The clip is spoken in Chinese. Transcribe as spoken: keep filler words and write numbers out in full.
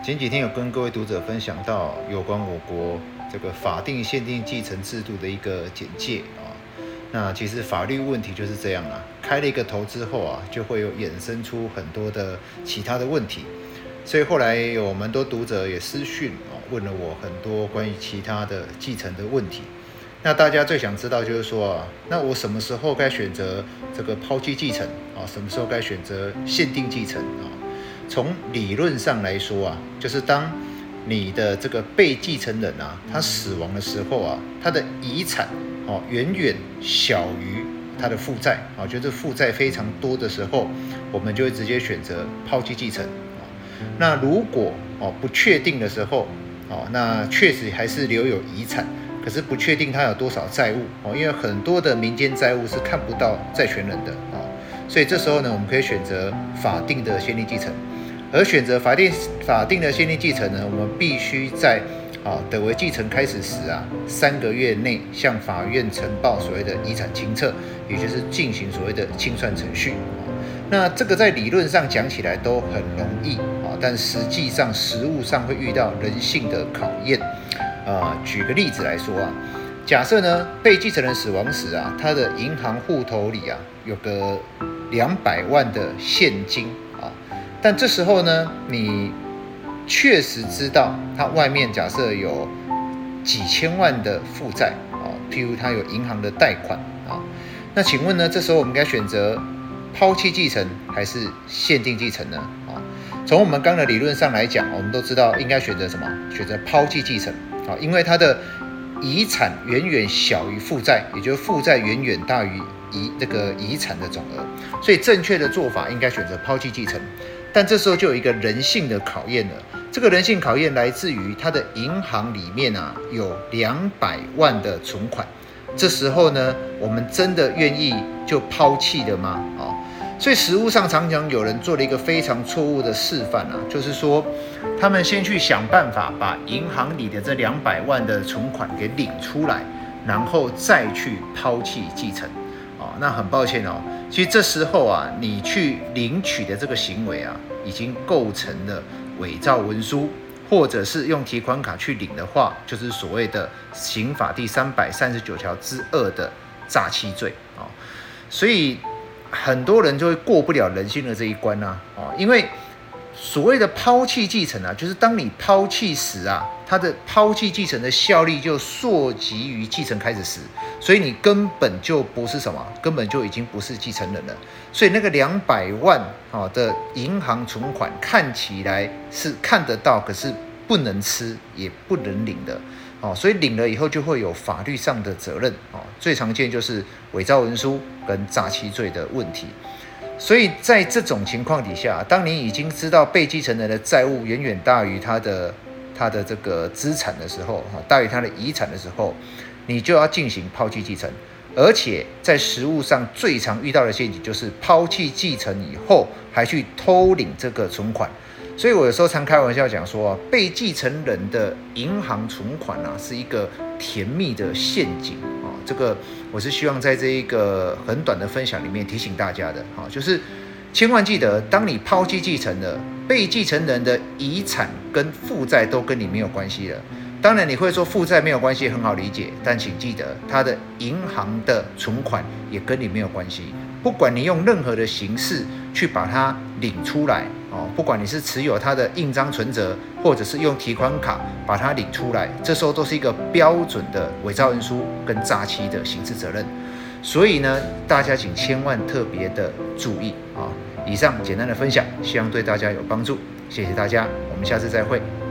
前几天有跟各位读者分享到有关我国这个法定限定继承制度的一个简介啊。那其实法律问题就是这样啦，开了一个头之后啊，就会有衍生出很多的其他的问题。所以后来有蛮多读者也私讯啊，问了我很多关于其他的继承的问题。那大家最想知道就是说啊，那我什么时候该选择这个抛弃继承啊？什么时候该选择限定继承啊？从理论上来说啊，就是当你的这个被继承人啊，他死亡的时候啊，他的遗产哦远远小于他的负债啊，就是负债非常多的时候，我们就会直接选择抛弃继承啊。那如果哦不确定的时候哦，那确实还是留有遗产，可是不确定他有多少债务哦，因为很多的民间债务是看不到债权人的啊，所以这时候呢，我们可以选择法定的先例继承。而选择法定法定的先例继承呢，我们必须在啊得为继承开始时啊三个月内向法院呈报所谓的遗产清册，也就是进行所谓的清算程序。那这个在理论上讲起来都很容易啊，但实际上实务上会遇到人性的考验。啊，举个例子来说啊，假设呢被继承人死亡时啊，他的银行户头里啊有个两百万的现金。但这时候呢，你确实知道他外面假设有几千万的负债啊，譬如他有银行的贷款啊，那请问呢，这时候我们该选择抛弃继承还是限定继承呢？啊，从我们刚的理论上来讲，我们都知道应该选择什么？选择抛弃继承啊，因为他的遗产远远小于负债，也就是负债远远大于遗这个遗产的总额，所以正确的做法应该选择抛弃继承。但这时候就有一个人性的考验了，这个人性考验来自于他的银行里面啊有两百万的存款，这时候呢，我们真的愿意就抛弃了吗？哦，所以实务上常常有人做了一个非常错误的示范啊，就是说他们先去想办法把银行里的这两百万的存款给领出来，然后再去抛弃继承。哦，那很抱歉哦，其实这时候啊，你去领取的这个行为啊，已经构成了伪造文书，或者是用提款卡去领的话，就是所谓的刑法第三百三十九条之二的诈欺罪啊、哦。所以很多人就会过不了人性的这一关啊，哦，因为所谓的抛弃继承啊，就是当你抛弃时啊，它的抛弃继承的效力就溯及于继承开始时，所以你根本就不是什么，根本就已经不是继承人了。所以那个两百万的银行存款看起来是看得到，可是不能吃也不能领的。所以领了以后就会有法律上的责任。最常见就是伪造文书跟诈欺罪的问题。所以在这种情况底下，当你已经知道被继承人的债务远远大于他的他的这个资产的时候，大于他的遗产的时候，你就要进行抛弃继承。而且在实务上最常遇到的陷阱就是抛弃继承以后还去偷领这个存款。所以我有时候常开玩笑讲说，被继承人的银行存款啊是一个甜蜜的陷阱啊。这个我是希望在这一个很短的分享里面提醒大家的啊，就是千万记得，当你抛弃继承了，被继承人的遗产跟负债都跟你没有关系了。当然你会说负债没有关系，很好理解，但请记得他的银行的存款也跟你没有关系。不管你用任何的形式去把它领出来哦，不管你是持有他的印章存折，或者是用提款卡把它领出来，这时候都是一个标准的伪造文书跟诈欺的刑事责任。所以呢，大家请千万特别的注意啊！以上简单的分享，希望对大家有帮助，谢谢大家，我们下次再会。